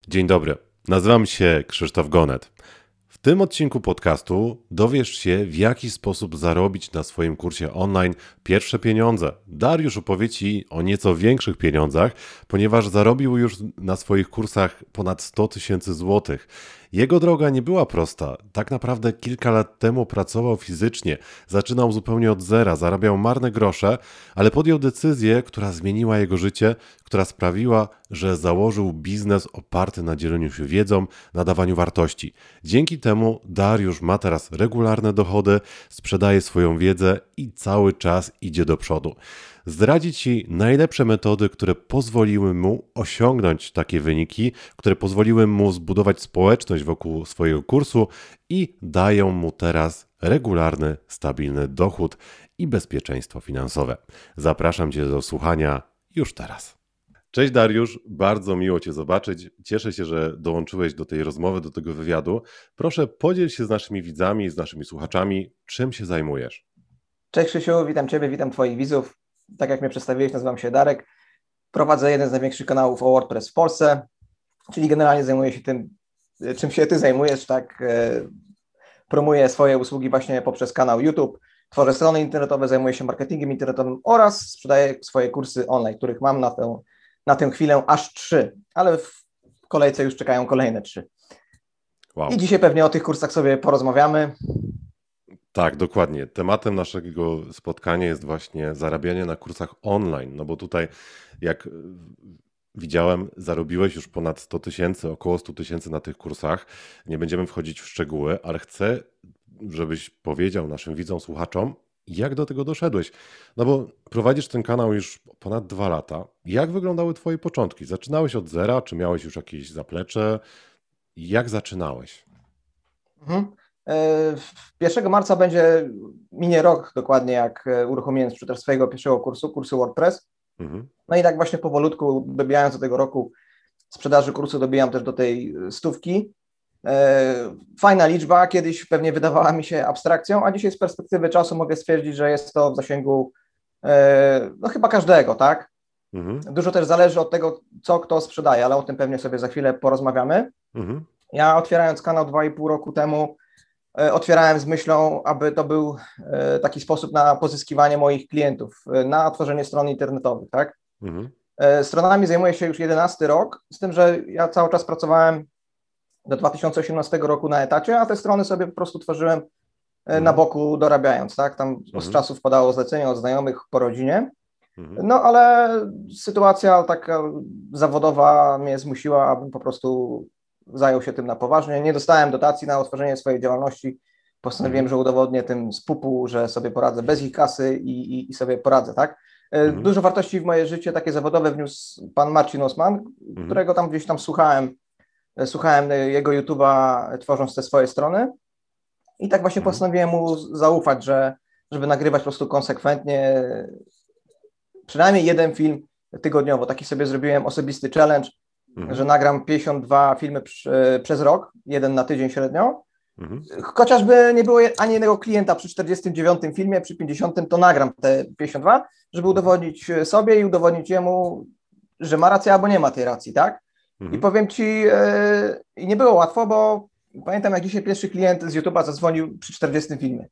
Dzień dobry, nazywam się Krzysztof Gonet. W tym odcinku podcastu dowiesz się, w jaki sposób zarobić na swoim kursie online pierwsze pieniądze. Dariusz opowie Ci o nieco większych pieniądzach, ponieważ zarobił już na swoich kursach ponad 100 000 złotych. Jego droga nie była prosta. Tak naprawdę kilka lat temu pracował fizycznie, zaczynał zupełnie od zera, zarabiał marne grosze, ale podjął decyzję, która zmieniła jego życie, która sprawiła, że założył biznes oparty na dzieleniu się wiedzą, na dawaniu wartości. Dzięki temu Dariusz ma teraz regularne dochody, sprzedaje swoją wiedzę i cały czas idzie do przodu. Zdradzi Ci najlepsze metody, które pozwoliły mu osiągnąć takie wyniki, które pozwoliły mu zbudować społeczność wokół swojego kursu i dają mu teraz regularny, stabilny dochód i bezpieczeństwo finansowe. Zapraszam Cię do słuchania już teraz. Cześć Dariusz, bardzo miło Cię zobaczyć. Cieszę się, że dołączyłeś do tej rozmowy, do tego wywiadu. Proszę podziel się z naszymi widzami, z naszymi słuchaczami, czym się zajmujesz. Cześć Krzysiu, witam Ciebie, witam Twoich widzów. Tak jak mnie przedstawiłeś, nazywam się Darek. Prowadzę jeden z największych kanałów o WordPress w Polsce, czyli generalnie zajmuję się tym, czym się Ty zajmujesz, tak? Promuję swoje usługi właśnie poprzez kanał YouTube, tworzę strony internetowe, zajmuję się marketingiem internetowym oraz sprzedaję swoje kursy online, których mam na tę chwilę aż 3, ale w kolejce już czekają kolejne 3. Wow. I dzisiaj pewnie o tych kursach sobie porozmawiamy. Tak, dokładnie. Tematem naszego spotkania jest właśnie zarabianie na kursach online, no bo tutaj jak widziałem, zarobiłeś już ponad 100 000, około 100 000 na tych kursach. Nie będziemy wchodzić w szczegóły, ale chcę, żebyś powiedział naszym widzom, słuchaczom, jak do tego doszedłeś. No bo prowadzisz ten kanał już ponad 2 lata. Jak wyglądały Twoje początki? Zaczynałeś od zera, czy miałeś już jakieś zaplecze? Jak zaczynałeś? 1 marca minie rok dokładnie, jak uruchomiłem sprzedaż swojego pierwszego kursu WordPress. No i tak właśnie powolutku, dobijając do tego roku sprzedaży kursu, dobijam też do tej 100. Fajna liczba, kiedyś pewnie wydawała mi się abstrakcją, a dzisiaj z perspektywy czasu mogę stwierdzić, że jest to w zasięgu no chyba każdego, tak? Dużo też zależy od tego, co kto sprzedaje, ale o tym pewnie sobie za chwilę porozmawiamy. Ja otwierając kanał 2,5 roku temu, otwierałem z myślą, aby to był taki sposób na pozyskiwanie moich klientów, na tworzenie stron internetowych, tak? Stronami zajmuję się już 11 rok, z tym, że ja cały czas pracowałem do 2018 roku na etacie, a te strony sobie po prostu tworzyłem na boku dorabiając, tak? Tam z czasu wpadało zlecenie od znajomych po rodzinie, no ale sytuacja taka zawodowa mnie zmusiła, abym po prostu zajął się tym na poważnie. Nie dostałem dotacji na otworzenie swojej działalności. Postanowiłem, że udowodnię tym z pupu, że sobie poradzę bez ich kasy i sobie poradzę, tak? Dużo wartości w moje życie takie zawodowe wniósł pan Marcin Osman, którego tam gdzieś tam słuchałem jego YouTube'a, tworząc te swoje strony i tak właśnie postanowiłem mu zaufać, żeby nagrywać po prostu konsekwentnie przynajmniej jeden film tygodniowo. Taki sobie zrobiłem osobisty challenge, że nagram 52 filmy przez rok, jeden na tydzień średnio. Chociażby nie było ani jednego klienta przy 49 filmie, przy 50 to nagram te 52, żeby udowodnić sobie i udowodnić jemu, że ma rację albo nie ma tej racji, tak? I powiem Ci, i nie było łatwo, bo pamiętam, jak dzisiaj pierwszy klient z YouTube'a zadzwonił przy 40 filmie.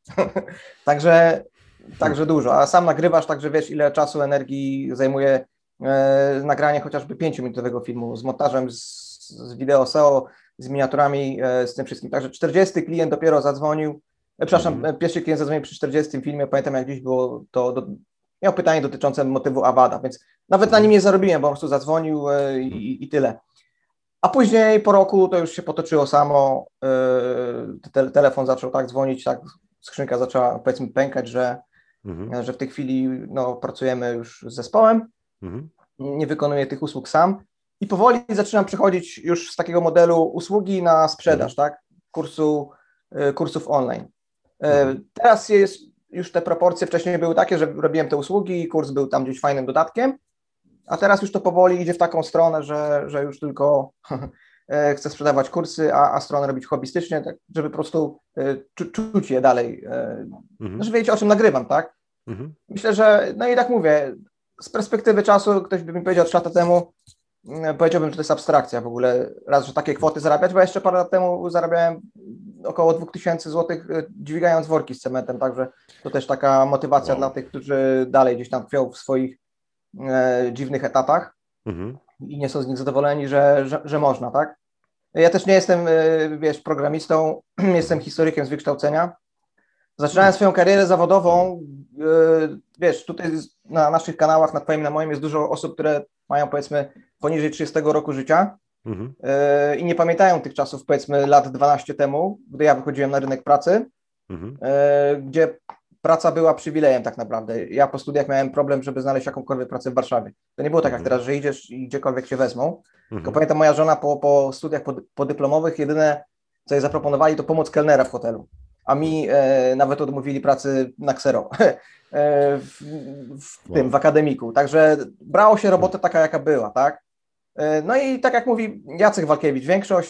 Także dużo, a sam nagrywasz, także wiesz, ile czasu, energii zajmuje nagranie chociażby 5-minutowego filmu z montażem, z wideo SEO, z miniaturami, z tym wszystkim. Także 40 klient dopiero zadzwonił, pierwszy klient zadzwonił przy 40 filmie, pamiętam, jak dziś było miał pytanie dotyczące motywu Awada, więc nawet na nim nie zarobiłem, bo po prostu zadzwonił i tyle. A później po roku to już się potoczyło samo, telefon zaczął tak dzwonić, tak skrzynka zaczęła, powiedzmy, pękać, że w tej chwili pracujemy już z zespołem, nie wykonuję tych usług sam i powoli zaczynam przechodzić już z takiego modelu usługi na sprzedaż, tak, kursów online. Teraz już te proporcje wcześniej były takie, że robiłem te usługi i kurs był tam gdzieś fajnym dodatkiem, a teraz już to powoli idzie w taką stronę, że już tylko chcę sprzedawać kursy, a stronę robić hobbystycznie, tak, żeby po prostu czuć je dalej, żeby wiedzieć, o czym nagrywam, tak? Myślę, że, no i tak mówię, z perspektywy czasu ktoś by mi powiedział 3 lata temu, powiedziałbym, że to jest abstrakcja w ogóle, raz, że takie kwoty zarabiać, bo jeszcze parę lat temu zarabiałem około 2000 zł dźwigając worki z cementem, także to też taka motywacja dla tych, którzy dalej gdzieś tam tkwią w swoich dziwnych etapach i nie są z nich zadowoleni, że można, tak? Ja też nie jestem, wiesz, programistą, jestem historykiem z wykształcenia. Zaczynałem swoją karierę zawodową, wiesz, tutaj na naszych kanałach, na twoim, na moim jest dużo osób, które mają powiedzmy poniżej 30 roku życia i nie pamiętają tych czasów powiedzmy lat 12 temu, gdy ja wychodziłem na rynek pracy, gdzie praca była przywilejem tak naprawdę. Ja po studiach miałem problem, żeby znaleźć jakąkolwiek pracę w Warszawie. To nie było tak jak teraz, że idziesz i gdziekolwiek cię wezmą. Tylko pamiętam, moja żona po studiach podyplomowych jedyne, co jej zaproponowali, to pomoc kelnera w hotelu. A mi nawet odmówili pracy na ksero w akademiku. Także brało się robotę taka, jaka była, tak? No i tak jak mówi Jacek Walkiewicz,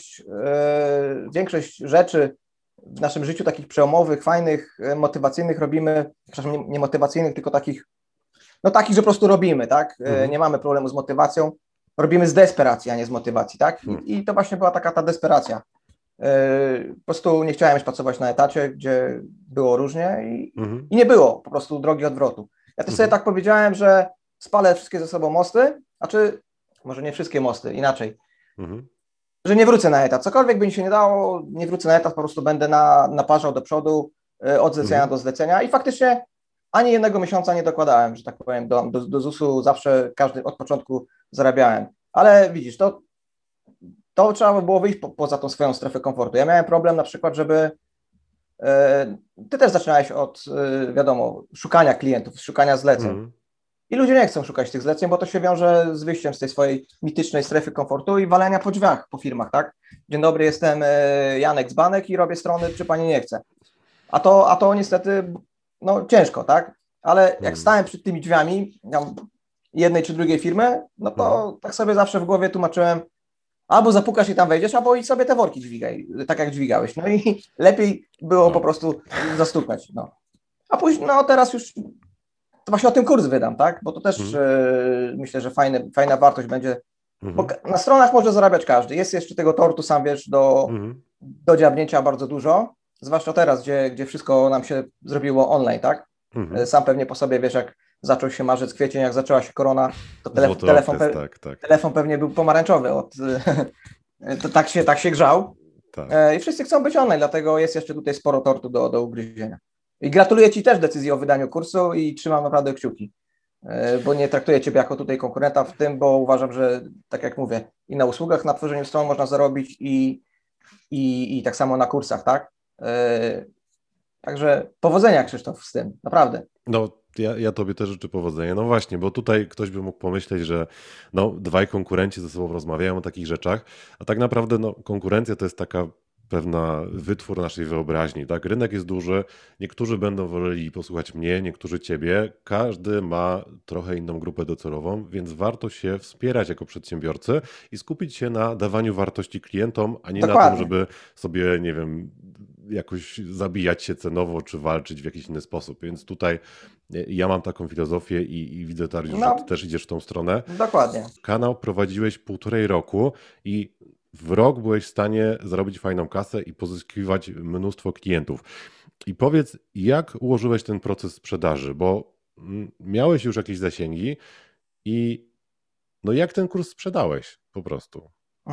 większość rzeczy w naszym życiu takich przełomowych, fajnych, motywacyjnych robimy, przepraszam, nie motywacyjnych, tylko takich, no takich, że po prostu robimy, tak? Nie mamy problemu z motywacją, robimy z desperacji, a nie z motywacji, tak? I to właśnie była taka ta desperacja. Po prostu nie chciałem już pracować na etacie, gdzie było różnie i nie było po prostu drogi odwrotu. Ja też sobie tak powiedziałem, że spalę wszystkie ze sobą mosty, znaczy może nie wszystkie mosty, inaczej, że nie wrócę na etat. Cokolwiek by mi się nie dało, nie wrócę na etat, po prostu będę naparzał do przodu, od zlecenia do zlecenia i faktycznie ani jednego miesiąca nie dokładałem, że tak powiem, do ZUS-u zawsze od początku zarabiałem. Ale widzisz, to trzeba by było wyjść poza tą swoją strefę komfortu. Ja miałem problem na przykład, żeby ty też zaczynałeś od, wiadomo, szukania klientów, szukania zleceń. I ludzie nie chcą szukać tych zleceń, bo to się wiąże z wyjściem z tej swojej mitycznej strefy komfortu i walenia po drzwiach, po firmach, tak? Dzień dobry, jestem Janek Dzbanek i robię strony, czy pani nie chce. A to niestety, no ciężko, tak? Ale jak stałem przed tymi drzwiami jednej czy drugiej firmy, no to tak sobie zawsze w głowie tłumaczyłem, albo zapukasz i tam wejdziesz, albo i sobie te worki dźwigaj, tak jak dźwigałeś. No i lepiej było po prostu zastukać. No. A później, no teraz już to właśnie o tym kurs wydam, tak? Bo to też myślę, że fajna wartość będzie, bo na stronach może zarabiać każdy. Jest jeszcze tego tortu, sam wiesz, do dziabnięcia bardzo dużo, zwłaszcza teraz, gdzie wszystko nam się zrobiło online, tak? Sam pewnie po sobie wiesz, jak zaczął się marzec, kwiecień, jak zaczęła się korona, to telefon pewnie był pomarańczowy. To tak się grzał. Tak. I wszyscy chcą być online, dlatego jest jeszcze tutaj sporo tortu do ugryzienia. I gratuluję Ci też decyzji o wydaniu kursu i trzymam naprawdę kciuki, bo nie traktuję Ciebie jako tutaj konkurenta w tym, bo uważam, że tak jak mówię, i na usługach, na tworzeniu stron można zarobić i tak samo na kursach, tak? Także powodzenia, Krzysztof, z tym, naprawdę. No, ja Tobie też życzę powodzenia. No właśnie, bo tutaj ktoś by mógł pomyśleć, że dwaj konkurenci ze sobą rozmawiają o takich rzeczach, a tak naprawdę konkurencja to jest taka pewna wytwór naszej wyobraźni, tak? Rynek jest duży, niektórzy będą woleli posłuchać mnie, niektórzy Ciebie, każdy ma trochę inną grupę docelową, więc warto się wspierać jako przedsiębiorcy i skupić się na dawaniu wartości klientom, a nie na tym, żeby sobie, nie wiem, jakoś zabijać się cenowo, czy walczyć w jakiś inny sposób. Więc tutaj ja mam taką filozofię i widzę, Dariusz, że Ty też idziesz w tą stronę. Dokładnie. Kanał prowadziłeś 1,5 roku i w rok byłeś w stanie zarobić fajną kasę i pozyskiwać mnóstwo klientów. I powiedz, jak ułożyłeś ten proces sprzedaży, bo miałeś już jakieś zasięgi i jak ten kurs sprzedałeś po prostu?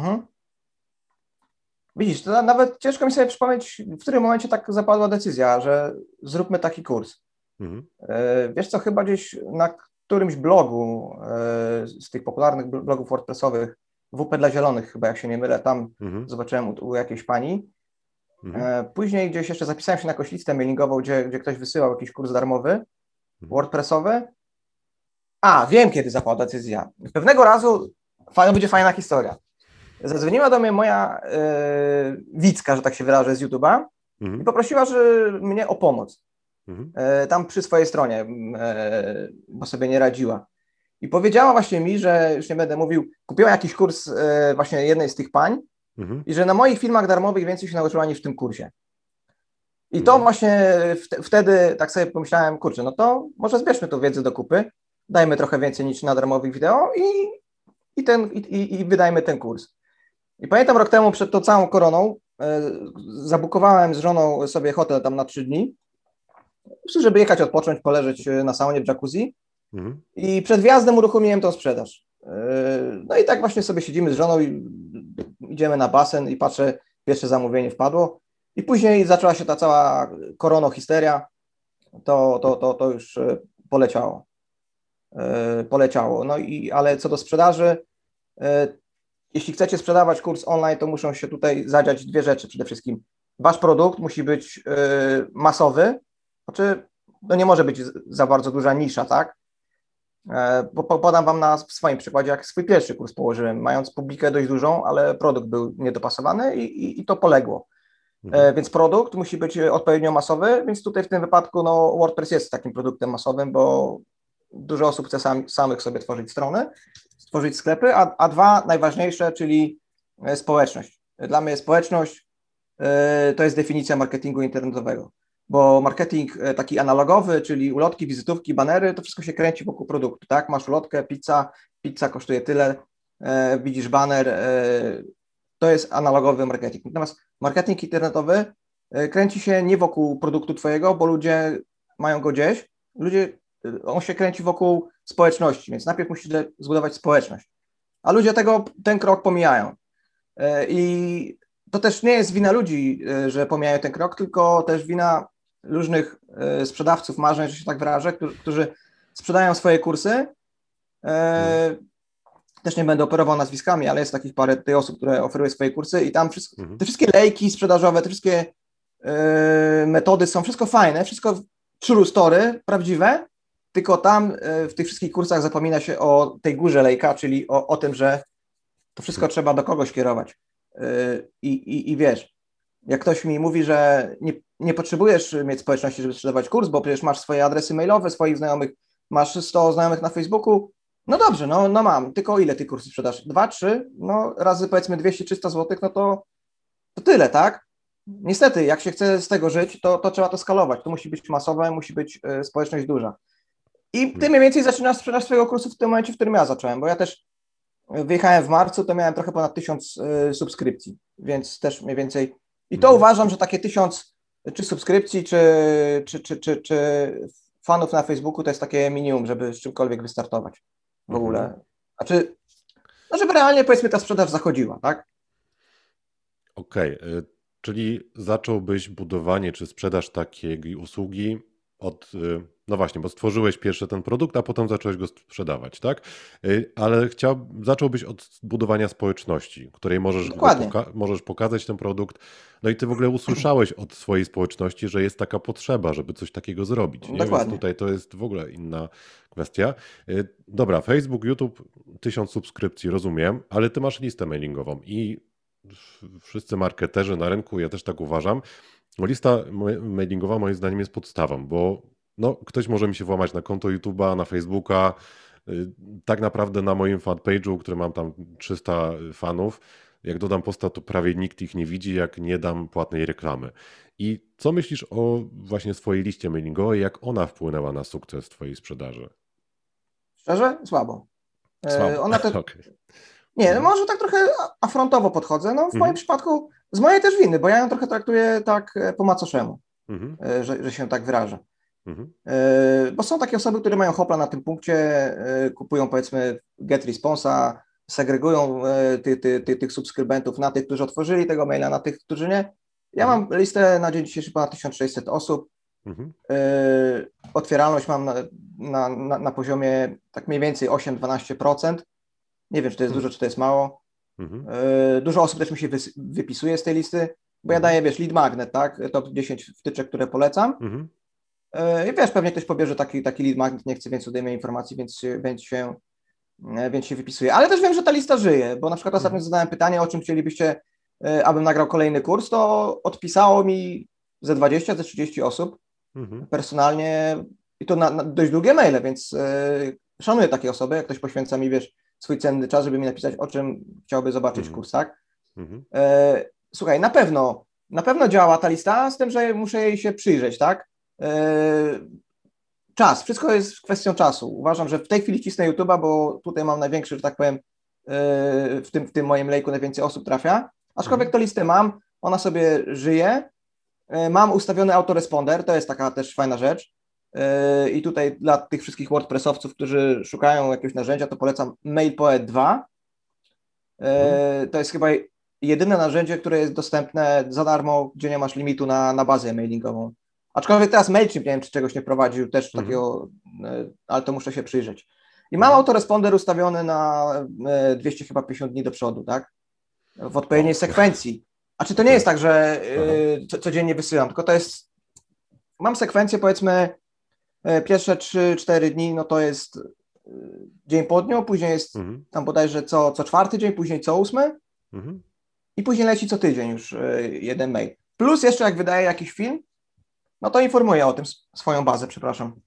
Widzisz, to nawet ciężko mi sobie przypomnieć, w którym momencie tak zapadła decyzja, że zróbmy taki kurs. Wiesz co, chyba gdzieś na którymś blogu z tych popularnych blogów WordPressowych, WP dla Zielonych chyba, jak się nie mylę, tam zobaczyłem u jakiejś pani. Później gdzieś jeszcze zapisałem się na jakąś listę mailingową, gdzie ktoś wysyłał jakiś kurs darmowy, WordPressowy. Wiem, kiedy zapadła decyzja. Pewnego razu, będzie fajna historia. Zadzwoniła do mnie moja Wicka, że tak się wyrażę, z YouTube'a i poprosiła mnie o pomoc. Tam przy swojej stronie, bo sobie nie radziła. I powiedziała właśnie mi, że, już nie będę mówił, kupiła jakiś kurs właśnie jednej z tych pań i że na moich filmach darmowych więcej się nauczyła niż w tym kursie. I to właśnie wtedy tak sobie pomyślałem, kurczę, no to może zbierzmy tą wiedzę do kupy, dajmy trochę więcej niż na darmowych wideo i wydajmy ten kurs. I pamiętam rok temu przed tą całą koroną zabukowałem z żoną sobie hotel tam na 3 dni, żeby jechać odpocząć, poleżeć na saunie w jacuzzi i przed wjazdem uruchomiłem tą sprzedaż. No i tak właśnie sobie siedzimy z żoną i idziemy na basen i patrzę, pierwsze zamówienie wpadło i później zaczęła się ta cała korono-histeria, to już poleciało. No i ale co do sprzedaży, jeśli chcecie sprzedawać kurs online, to muszą się tutaj zadziać 2 rzeczy przede wszystkim. Wasz produkt musi być masowy, znaczy no nie może być za bardzo duża nisza, tak? Bo podam Wam na swoim przykładzie, jak swój pierwszy kurs położyłem, mając publikę dość dużą, ale produkt był niedopasowany i to poległo. Więc produkt musi być odpowiednio masowy, więc tutaj w tym wypadku no, WordPress jest takim produktem masowym, bo dużo osób chce samych sobie tworzyć strony, stworzyć sklepy, a 2 najważniejsze, czyli społeczność. Dla mnie społeczność to jest definicja marketingu internetowego, bo marketing taki analogowy, czyli ulotki, wizytówki, banery, to wszystko się kręci wokół produktu, tak? Masz ulotkę, pizza kosztuje tyle, widzisz baner, to jest analogowy marketing. Natomiast marketing internetowy kręci się nie wokół produktu twojego, bo ludzie mają go gdzieś, on się kręci wokół społeczności, więc najpierw musisz zbudować społeczność. A ludzie ten krok pomijają. I to też nie jest wina ludzi, że pomijają ten krok, tylko też wina różnych sprzedawców marzeń, że się tak wyrażę, którzy sprzedają swoje kursy. Też nie będę operował nazwiskami, ale jest takich parę tych osób, które oferują swoje kursy i tam te wszystkie lejki sprzedażowe, te wszystkie metody są wszystko fajne, wszystko true story, prawdziwe, tylko tam w tych wszystkich kursach zapomina się o tej górze lejka, czyli o tym, że to wszystko trzeba do kogoś kierować. I wiesz, jak ktoś mi mówi, że nie potrzebujesz mieć społeczności, żeby sprzedawać kurs, bo przecież masz swoje adresy mailowe, swoich znajomych, masz 100 znajomych na Facebooku, no dobrze, no mam, tylko ile tych kursów sprzedasz? 2, 3, no razy powiedzmy 200-300 zł, no to tyle, tak? Niestety, jak się chce z tego żyć, to trzeba to skalować, to musi być masowe, musi być społeczność duża. I ty mniej więcej zaczynasz sprzedaż swojego kursu w tym momencie, w którym ja zacząłem, bo ja też wyjechałem w marcu, to miałem trochę ponad 1000 subskrypcji, więc też mniej więcej. I to uważam, że takie 1000 czy subskrypcji, czy fanów na Facebooku to jest takie minimum, żeby z czymkolwiek wystartować w ogóle. Znaczy, no żeby realnie powiedzmy ta sprzedaż zachodziła, tak? Okej, czyli zacząłbyś budowanie czy sprzedaż takiej usługi od, no właśnie, bo stworzyłeś pierwszy ten produkt, a potem zacząłeś go sprzedawać, tak? Ale zacząłbyś od budowania społeczności, której możesz pokazać ten produkt, no i ty w ogóle usłyszałeś od swojej społeczności, że jest taka potrzeba, żeby coś takiego zrobić, nie? Więc tutaj to jest w ogóle inna kwestia. Dobra, Facebook, YouTube, 1000 subskrypcji, rozumiem, ale ty masz listę mailingową i wszyscy marketerzy na rynku, ja też tak uważam, lista mailingowa moim zdaniem jest podstawą, bo no, ktoś może mi się włamać na konto YouTube'a, na Facebooka, tak naprawdę na moim fanpage'u, który mam tam 300 fanów, jak dodam posta, to prawie nikt ich nie widzi, jak nie dam płatnej reklamy. I co myślisz o właśnie swojej liście mailingowej, jak ona wpłynęła na sukces twojej sprzedaży? Szczerze? Słabo. Ona to... Okay. Nie, no może tak trochę afrontowo podchodzę. No w moim przypadku, z mojej też winy, bo ja ją trochę traktuję tak po macoszemu, że się tak wyrażę. Bo są takie osoby, które mają hopla na tym punkcie, kupują powiedzmy GetResponse'a, segregują tych subskrybentów na tych, którzy otworzyli tego maila, na tych, którzy nie. Ja mam listę na dzień dzisiejszy ponad 1600 osób. Otwieralność mam na poziomie tak mniej więcej 8-12%. Nie wiem, czy to jest dużo, czy to jest mało. Dużo osób też mi się wypisuje z tej listy, bo ja daję, wiesz, lead magnet, tak? Top 10 wtyczek, które polecam. I wiesz, pewnie ktoś pobierze taki lead magnet, nie chce, więc odejmie informacji, więc się wypisuje. Ale też wiem, że ta lista żyje, bo na przykład ostatnio zadałem pytanie, o czym chcielibyście, abym nagrał kolejny kurs, to odpisało mi ze 20, ze 30 osób personalnie i to na dość długie maile, więc szanuję takie osoby, jak ktoś poświęca mi, wiesz, swój cenny czas, żeby mi napisać, o czym chciałby zobaczyć kurs, tak? Słuchaj, na pewno działa ta lista, z tym, że muszę jej się przyjrzeć, tak? Czas, wszystko jest kwestią czasu. Uważam, że w tej chwili cisnę YouTube'a, bo tutaj mam największy, że tak powiem, w tym moim lejku najwięcej osób trafia, aczkolwiek to listę mam, ona sobie żyje. Mam ustawiony autoresponder, to jest taka też fajna rzecz. I tutaj dla tych wszystkich WordPressowców, którzy szukają jakiegoś narzędzia, to polecam MailPoet 2. To jest chyba jedyne narzędzie, które jest dostępne za darmo, gdzie nie masz limitu na bazę mailingową. Aczkolwiek teraz MailChimp, nie wiem, czy czegoś nie prowadził też takiego, ale to muszę się przyjrzeć. I mam autoresponder ustawiony na 250 dni do przodu, tak? W odpowiedniej sekwencji. A czy to nie jest tak, że codziennie wysyłam, tylko to jest, mam sekwencję, powiedzmy, pierwsze 3-4 dni, no to jest dzień po dniu, później jest tam bodajże co czwarty dzień, później co 8 i później leci co tydzień już jeden mail. Plus jeszcze jak wydaję jakiś film, no to informuję o tym swoją bazę, przepraszam.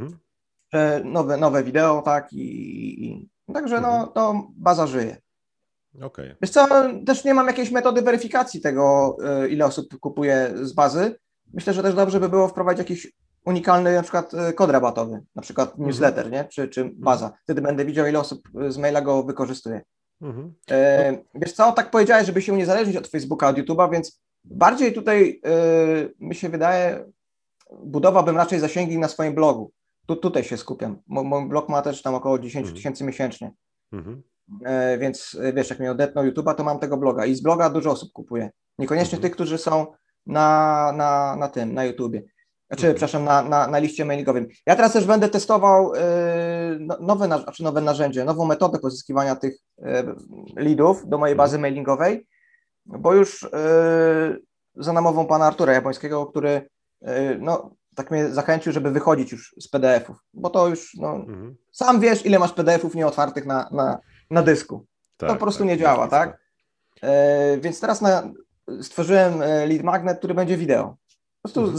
Że nowe wideo, tak, także no to baza żyje. Okay. Wiesz co, też nie mam jakiejś metody weryfikacji tego, ile osób kupuje z bazy. Myślę, że też dobrze by było wprowadzić jakiś unikalny na przykład kod rabatowy, na przykład newsletter, nie? Czy baza. Wtedy będę widział, ile osób z maila go wykorzystuje. Wiesz co, tak powiedziałeś, żeby się uniezależnić od Facebooka, od YouTube'a, więc bardziej tutaj mi się wydaje, budowałbym raczej zasięgi na swoim blogu. Tutaj się skupiam. Mój blog ma też tam około 10 000 miesięcznie. Więc wiesz, jak mnie odetnął YouTube'a, to mam tego bloga i z bloga dużo osób kupuje. Niekoniecznie tych, którzy są na YouTubie. Przepraszam, na liście mailingowym. Ja teraz też będę testował nowe narzędzie, nową metodę pozyskiwania tych leadów do mojej bazy mailingowej, bo już za namową pana Artura Jabłońskiego, który tak mnie zachęcił, żeby wychodzić już z PDF-ów, bo to już, sam wiesz, ile masz PDF-ów nieotwartych na dysku. Tak, to po prostu nie działa, tak? Więc teraz stworzyłem lead magnet, który będzie wideo. Po prostu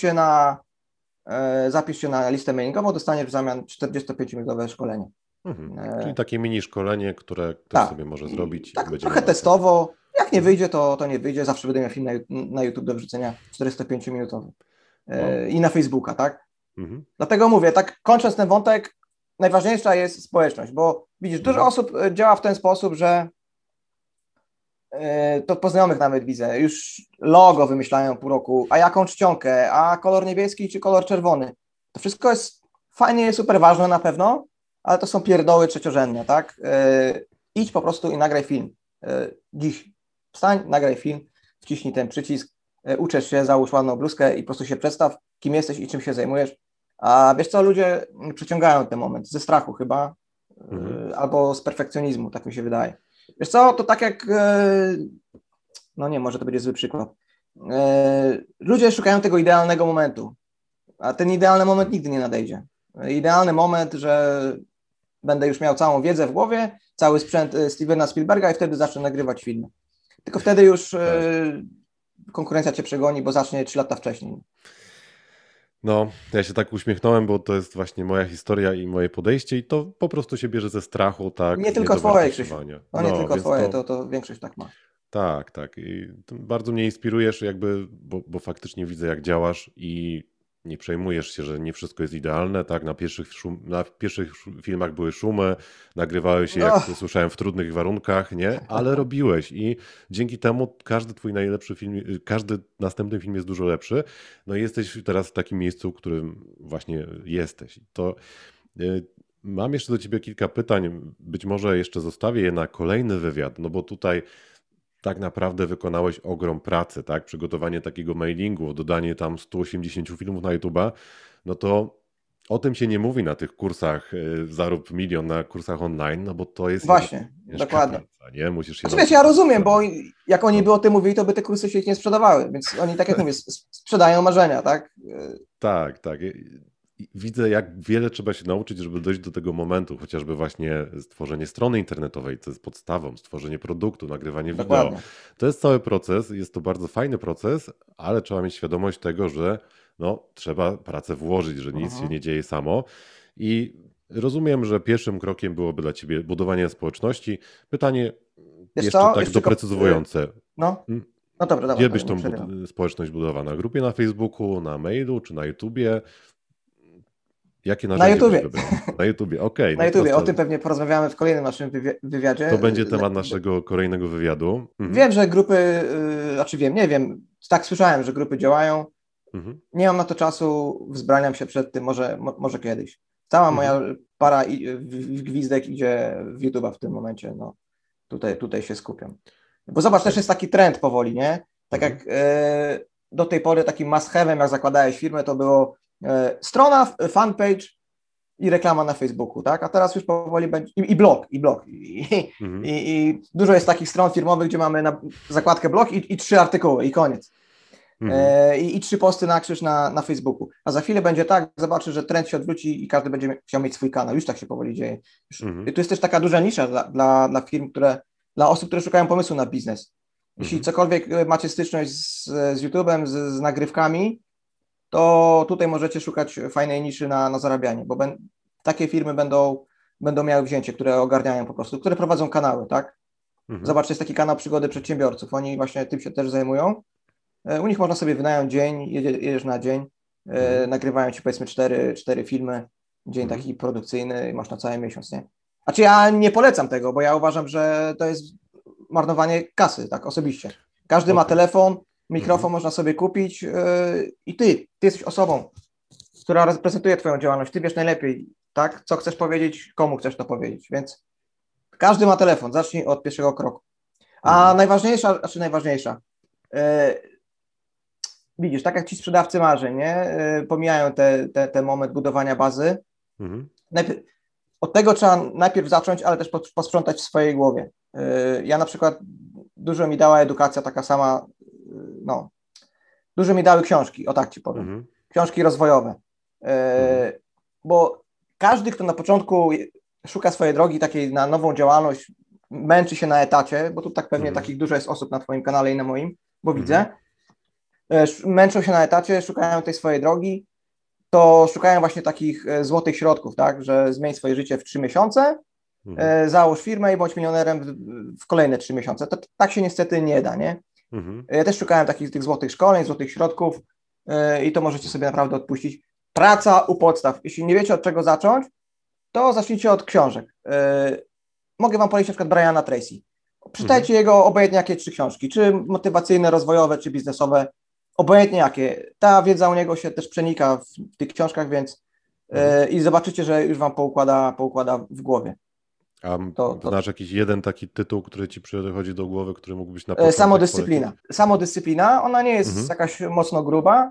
zapisz się na listę mailingową, dostaniesz w zamian 45-minutowe szkolenie. Czyli takie mini szkolenie, które ktoś sobie może zrobić. Tak, trochę testowo. Jak nie wyjdzie, to nie wyjdzie. Zawsze będę miał film na YouTube do wrzucenia 45-minutowy. I na Facebooka, tak? Dlatego mówię, tak kończąc ten wątek, najważniejsza jest społeczność, bo widzisz, dużo osób działa w ten sposób, że to po znajomych nawet widzę, już logo wymyślają pół roku, a jaką czcionkę, a kolor niebieski czy kolor czerwony. To wszystko jest fajnie, super ważne na pewno, ale to są pierdoły trzeciorzędne, tak? Idź po prostu i nagraj film. Dziś wstań, nagraj film, wciśnij ten przycisk, uczesz się, załóż ładną bluzkę i po prostu się przedstaw, kim jesteś i czym się zajmujesz. A wiesz co, ludzie przeciągają ten moment ze strachu chyba, albo z perfekcjonizmu, tak mi się wydaje. Wiesz co, to tak jak, no nie, może to będzie zły przykład. Ludzie szukają tego idealnego momentu, a ten idealny moment nigdy nie nadejdzie. Idealny moment, że będę już miał całą wiedzę w głowie, cały sprzęt Stevena Spielberga i wtedy zacznę nagrywać filmy. Tylko wtedy już konkurencja cię przegoni, bo zacznie 3 lata wcześniej. No, ja się tak uśmiechnąłem, bo to jest właśnie moja historia i moje podejście i to po prostu się bierze ze strachu, tak? Nie tylko twoje, Krzysiu. No nie tylko twoje, to większość tak ma. Tak. I bardzo mnie inspirujesz jakby, bo faktycznie widzę, jak działasz i nie przejmujesz się, że nie wszystko jest idealne, tak? Na pierwszych filmach były szumy, nagrywałeś się, jak słyszałem, w trudnych warunkach, nie? Ale robiłeś i dzięki temu każdy twój najlepszy film, każdy następny film jest dużo lepszy. No i jesteś teraz w takim miejscu, w którym właśnie jesteś. To mam jeszcze do ciebie kilka pytań, być może jeszcze zostawię je na kolejny wywiad, no bo tutaj tak naprawdę wykonałeś ogrom pracy, tak? Przygotowanie takiego mailingu, dodanie tam 180 filmów na YouTube'a, no to o tym się nie mówi na tych kursach Zarób milion, na kursach online, no bo to jest właśnie, dokładnie. Praca, nie? Musisz się wiesz, ja rozumiem, bo jak oni by o tym mówili, to by te kursy się ich nie sprzedawały, więc oni, tak jak mówię, sprzedają marzenia, tak? Tak. Widzę, jak wiele trzeba się nauczyć, żeby dojść do tego momentu, chociażby właśnie stworzenie strony internetowej, co jest podstawą, stworzenie produktu, nagrywanie wideo. To jest cały proces, jest to bardzo fajny proces, ale trzeba mieć świadomość tego, że trzeba pracę włożyć, że nic się nie dzieje samo. I rozumiem, że pierwszym krokiem byłoby dla ciebie budowanie społeczności. Pytanie jeszcze doprecyzowujące. No dobra. Gdzie byś tą społeczność budowała? Na grupie na Facebooku, na mailu czy na YouTubie? Jakie narzędzie byś wybrał? Na YouTubie, okej. Na YouTubie, o tym pewnie porozmawiamy w kolejnym naszym wywiadzie. To będzie temat naszego kolejnego wywiadu. Wiem, że grupy, nie wiem, tak słyszałem, że grupy działają. Nie mam na to czasu, wzbraniam się przed tym, może kiedyś. Cała moja para gwizdek idzie w YouTube'a w tym momencie, no tutaj się skupiam. Bo zobacz, też jest taki trend powoli, nie? Tak jak do tej pory takim must have'em, jak zakładałeś firmę, to było strona, fanpage i reklama na Facebooku, tak? A teraz już powoli będzie i blog. I dużo jest takich stron firmowych, gdzie mamy na zakładkę blog i 3 artykuły i koniec. I 3 posty na krzyż na Facebooku. A za chwilę będzie tak, zobaczy, że trend się odwróci i każdy będzie chciał mieć swój kanał. Już tak się powoli dzieje. I tu jest też taka duża nisza dla firm, dla osób, które szukają pomysłu na biznes. Jeśli cokolwiek macie styczność z YouTube'em, z nagrywkami, to tutaj możecie szukać fajnej niszy na zarabianie, bo takie firmy będą miały wzięcie, które ogarniają po prostu, które prowadzą kanały, tak? Zobaczcie, jest taki kanał Przygody Przedsiębiorców. Oni właśnie tym się też zajmują. U nich można sobie wynająć dzień, jedziesz na dzień, nagrywają ci powiedzmy 4 filmy, dzień taki produkcyjny i masz na cały miesiąc, nie? Znaczy ja nie polecam tego, bo ja uważam, że to jest marnowanie kasy, tak osobiście. Każdy ma telefon, mikrofon można sobie kupić i ty jesteś osobą, która reprezentuje twoją działalność, ty wiesz najlepiej, tak, co chcesz powiedzieć, komu chcesz to powiedzieć, więc każdy ma telefon, zacznij od pierwszego kroku. A najważniejsza, widzisz, tak jak ci sprzedawcy marzeń, nie, pomijają ten moment budowania bazy, od tego trzeba najpierw zacząć, ale też posprzątać w swojej głowie. Ja na przykład, dużo mi dała edukacja taka sama, dużo mi dały książki, o tak ci powiem, książki rozwojowe, bo każdy, kto na początku szuka swojej drogi takiej na nową działalność, męczy się na etacie, bo tu tak pewnie takich dużo jest osób na twoim kanale i na moim, bo widzę, męczą się na etacie, szukają tej swojej drogi, to szukają właśnie takich złotych środków, tak, że zmień swoje życie w 3 miesiące, załóż firmę i bądź milionerem w kolejne 3 miesiące. To tak się niestety nie da, nie? Ja też szukałem tych złotych szkoleń, złotych środków i to możecie sobie naprawdę odpuścić. Praca u podstaw. Jeśli nie wiecie od czego zacząć, to zacznijcie od książek. Mogę wam polecić na przykład Briana Tracy. Przeczytajcie jego obojętnie jakie 3 książki, czy motywacyjne, rozwojowe, czy biznesowe, obojętnie jakie. Ta wiedza u niego się też przenika w tych książkach, więc i zobaczycie, że już wam poukłada w głowie. A znasz jakiś jeden taki tytuł, który ci przychodzi do głowy, który mógłbyś na początek Samodyscyplina. Samodyscyplina, ona nie jest jakaś mocno gruba.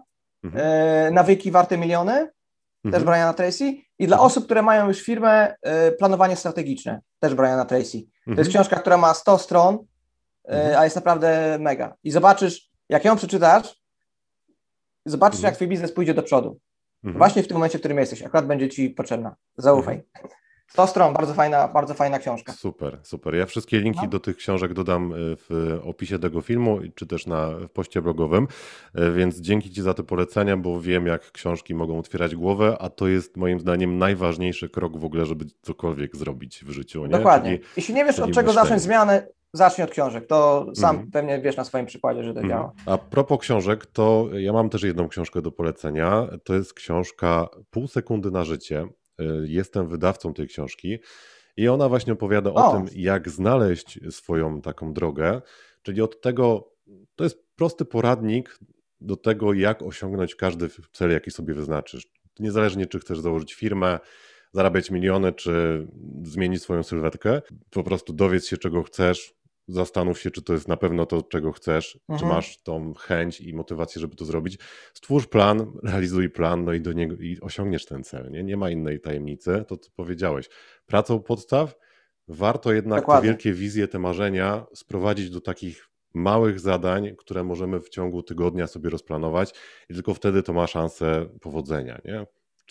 Nawyki warte miliony, też Briana Tracy. I dla osób, które mają już firmę, planowanie strategiczne, też Briana Tracy. To jest książka, która ma 100 stron, a jest naprawdę mega. I zobaczysz, jak ją przeczytasz, zobaczysz, jak twój biznes pójdzie do przodu. Właśnie w tym momencie, w którym jesteś. Akurat będzie ci potrzebna. Zaufaj. 100 stron, bardzo fajna książka. Super. Ja wszystkie linki do tych książek dodam w opisie tego filmu, czy też w poście blogowym, więc dzięki ci za te polecenia, bo wiem, jak książki mogą otwierać głowę, a to jest moim zdaniem najważniejszy krok w ogóle, żeby cokolwiek zrobić w życiu. Nie? Dokładnie. Jeśli nie wiesz, od czego zacząć zmianę, zacznij od książek. To sam pewnie wiesz na swoim przykładzie, że to działa. A propos książek, to ja mam też jedną książkę do polecenia. To jest książka Pół sekundy na życie. Jestem wydawcą tej książki i ona właśnie opowiada o tym, jak znaleźć swoją taką drogę, czyli od tego, to jest prosty poradnik do tego, jak osiągnąć każdy cel, jaki sobie wyznaczysz. Niezależnie, czy chcesz założyć firmę, zarabiać miliony, czy zmienić swoją sylwetkę, po prostu dowiedz się, czego chcesz, zastanów się, czy to jest na pewno to, czego chcesz, czy masz tą chęć i motywację, żeby to zrobić. Stwórz plan, realizuj plan, no i do niego i osiągniesz ten cel. Nie ma innej tajemnicy, to co powiedziałeś. Pracą podstaw, warto jednak te wielkie wizje, te marzenia sprowadzić do takich małych zadań, które możemy w ciągu tygodnia sobie rozplanować i tylko wtedy to ma szansę powodzenia, nie?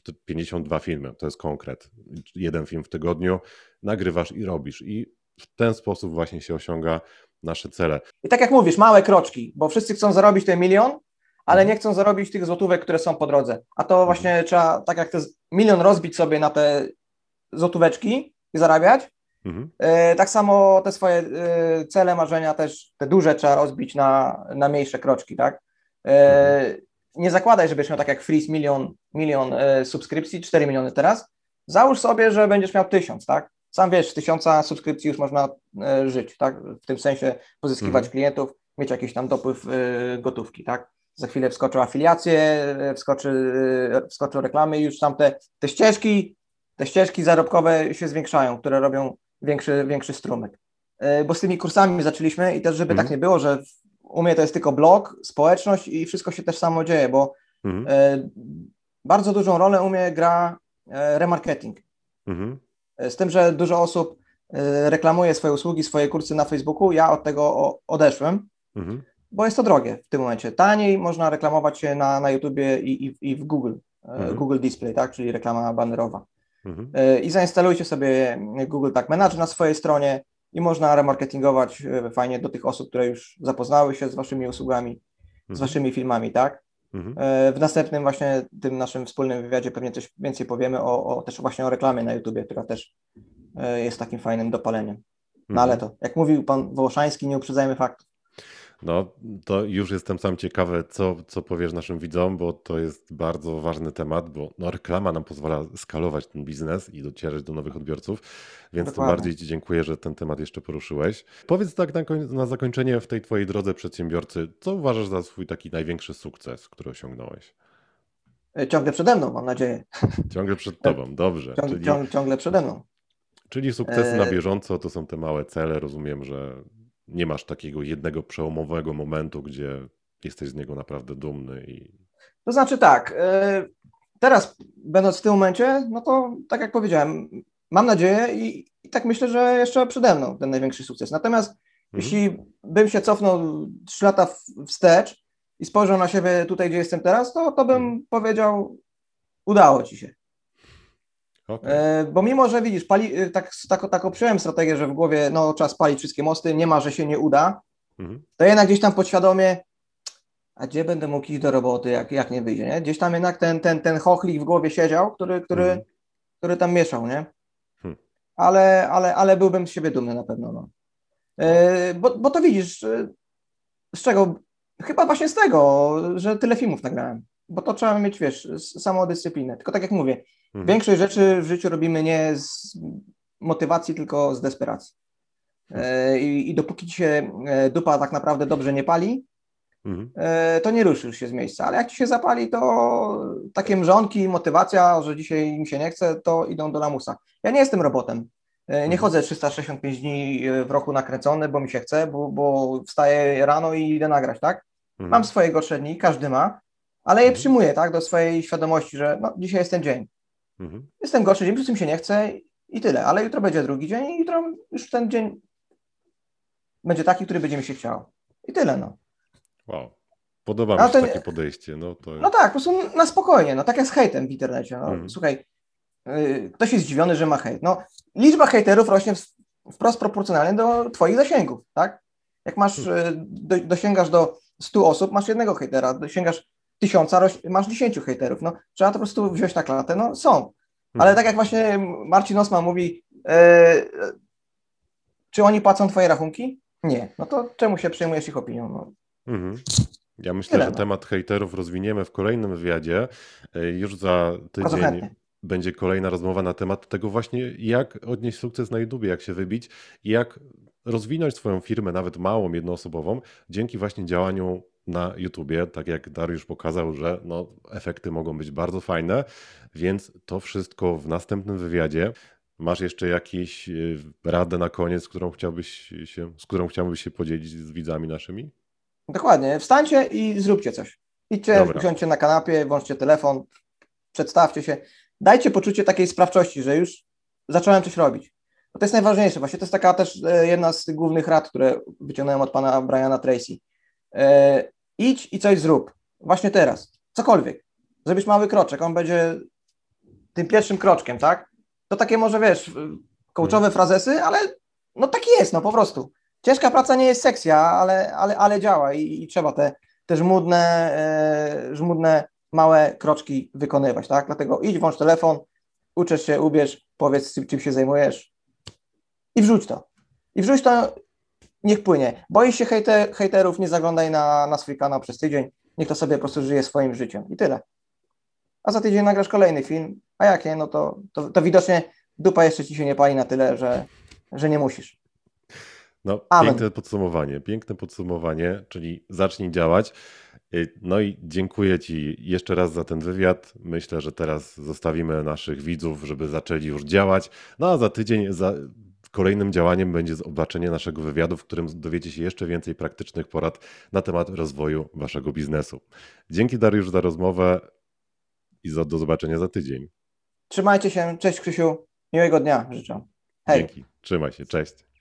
52 filmy, to jest konkret. 1 film w tygodniu, nagrywasz i robisz i w ten sposób właśnie się osiąga nasze cele. I tak jak mówisz, małe kroczki, bo wszyscy chcą zarobić ten milion, ale nie chcą zarobić tych złotówek, które są po drodze. A to właśnie trzeba, tak jak ten milion rozbić sobie na te złotóweczki i zarabiać, tak samo te swoje cele, marzenia też, te duże trzeba rozbić na mniejsze kroczki, tak? nie zakładaj, że będziesz miał tak jak Freeze milion subskrypcji, 4 miliony teraz. Załóż sobie, że będziesz miał 1000, tak? Sam wiesz, z 1000 subskrypcji już można żyć, tak? W tym sensie pozyskiwać klientów, mieć jakiś tam dopływ gotówki, tak? Za chwilę wskoczą afiliacje, wskoczą reklamy i już tam te ścieżki zarobkowe się zwiększają, które robią większy strumyk. Bo z tymi kursami zaczęliśmy i też, żeby tak nie było, że u mnie to jest tylko blog, społeczność i wszystko się też samo dzieje, bo bardzo dużą rolę u mnie gra remarketing. Z tym, że dużo osób reklamuje swoje usługi, swoje kursy na Facebooku, ja od tego odeszłem, bo jest to drogie w tym momencie. Taniej można reklamować się na YouTubie i w Google, Google Display, tak, czyli reklama banerowa. I zainstalujcie sobie Google Tag Manager na swojej stronie i można remarketingować fajnie do tych osób, które już zapoznały się z waszymi usługami, z waszymi filmami, tak? W następnym właśnie tym naszym wspólnym wywiadzie pewnie coś więcej powiemy też właśnie o reklamie na YouTubie, która też jest takim fajnym dopaleniem. No ale to, jak mówił pan Wołoszański, nie uprzedzajmy faktów. No, to już jestem sam ciekawy, co powiesz naszym widzom, bo to jest bardzo ważny temat, bo reklama nam pozwala skalować ten biznes i docierać do nowych odbiorców, więc Dokładnie. To bardziej Ci dziękuję, że ten temat jeszcze poruszyłeś. Powiedz tak na zakończenie w tej Twojej drodze przedsiębiorcy, co uważasz za swój taki największy sukces, który osiągnąłeś? Ciągle przede mną, mam nadzieję. Ciągle przed Tobą, dobrze. Ciągle przede mną. Czyli sukcesy na bieżąco to są te małe cele, rozumiem, że nie masz takiego jednego przełomowego momentu, gdzie jesteś z niego naprawdę dumny. To znaczy tak, teraz będąc w tym momencie, no to tak jak powiedziałem, mam nadzieję i tak myślę, że jeszcze przede mną ten największy sukces. Natomiast jeśli bym się cofnął 3 lata wstecz i spojrzał na siebie tutaj, gdzie jestem teraz, to bym powiedział, udało ci się. Okay. Bo mimo, że widzisz, taką przyjąłem strategię, że w głowie trzeba spalić wszystkie mosty, nie ma, że się nie uda, to jednak gdzieś tam podświadomie, a gdzie będę mógł iść do roboty, jak nie wyjdzie, nie? Gdzieś tam jednak ten chochlik w głowie siedział, który tam mieszał, nie? Ale byłbym z siebie dumny na pewno, no. Bo to widzisz, z czego? Chyba właśnie z tego, że tyle filmów nagrałem, bo to trzeba mieć, wiesz, samodyscyplinę, tylko tak jak mówię, większość rzeczy w życiu robimy nie z motywacji, tylko z desperacji. I dopóki ci się dupa tak naprawdę dobrze nie pali, to nie ruszysz się z miejsca. Ale jak ci się zapali, to takie mrzonki, motywacja, że dzisiaj mi się nie chce, to idą do lamusa. Ja nie jestem robotem. Nie chodzę 365 dni w roku nakręcony, bo mi się chce, bo wstaję rano i idę nagrać, tak? Mam swoje gorsze dni, każdy ma, ale je przyjmuję, tak, do swojej świadomości, że dzisiaj jest ten dzień. Jestem gorszy dzień, przy tym się nie chce i tyle, ale jutro będzie drugi dzień i jutro już ten dzień będzie taki, który będzie mi się chciał. I tyle, no. Wow. Podoba mi się takie podejście. No tak, po prostu na spokojnie, tak jak z hejtem w internecie. Słuchaj, ktoś jest zdziwiony, że ma hejt. Liczba hejterów rośnie wprost proporcjonalnie do twoich zasięgów, tak? Jak masz, dosięgasz do 100 osób, masz jednego hejtera, dosięgasz 1000, masz 10 hejterów. Trzeba to po prostu wziąć na klatę, są. Ale tak jak właśnie Marcin Osman mówi, czy oni płacą twoje rachunki? Nie. To czemu się przejmujesz ich opinią? Ja myślę, że temat hejterów rozwiniemy w kolejnym wywiadzie. Już za tydzień będzie kolejna rozmowa na temat tego właśnie, jak odnieść sukces na YouTube, jak się wybić i jak rozwinąć swoją firmę, nawet małą, jednoosobową, dzięki właśnie działaniu na YouTubie, tak jak Dariusz pokazał, że efekty mogą być bardzo fajne, więc to wszystko w następnym wywiadzie. Masz jeszcze jakieś radę na koniec, z którą chciałbyś się podzielić z widzami naszymi? Dokładnie. Wstańcie i zróbcie coś. Idźcie, usiądźcie na kanapie, włączcie telefon, przedstawcie się. Dajcie poczucie takiej sprawczości, że już zacząłem coś robić. Bo to jest najważniejsze. Właśnie to jest taka też jedna z tych głównych rad, które wyciągnąłem od pana Briana Tracy. Idź i coś zrób. Właśnie teraz. Cokolwiek. Zrobisz mały kroczek. On będzie tym pierwszym kroczkiem, tak? To takie może, wiesz, coachowe frazesy, ale taki jest, po prostu. Ciężka praca nie jest sexy, ale działa i trzeba te żmudne, małe kroczki wykonywać, tak? Dlatego idź, włącz telefon, uczesz się, ubierz, powiedz, czym się zajmujesz i wrzuć to. Niech płynie. Boisz się hejterów, nie zaglądaj na swój kanał przez tydzień. niech to sobie po prostu żyje swoim życiem i tyle. A za tydzień nagrasz kolejny film, a jak nie, no to widocznie dupa jeszcze ci się nie pali na tyle, że nie musisz. No, piękne podsumowanie, czyli zacznij działać. No i dziękuję Ci jeszcze raz za ten wywiad. Myślę, że teraz zostawimy naszych widzów, żeby zaczęli już działać. No a za tydzień kolejnym działaniem będzie zobaczenie naszego wywiadu, w którym dowiecie się jeszcze więcej praktycznych porad na temat rozwoju Waszego biznesu. Dzięki Dariusz za rozmowę i do zobaczenia za tydzień. Trzymajcie się. Cześć Krzysiu. Miłego dnia życzę. Hej. Dzięki. Trzymaj się. Cześć.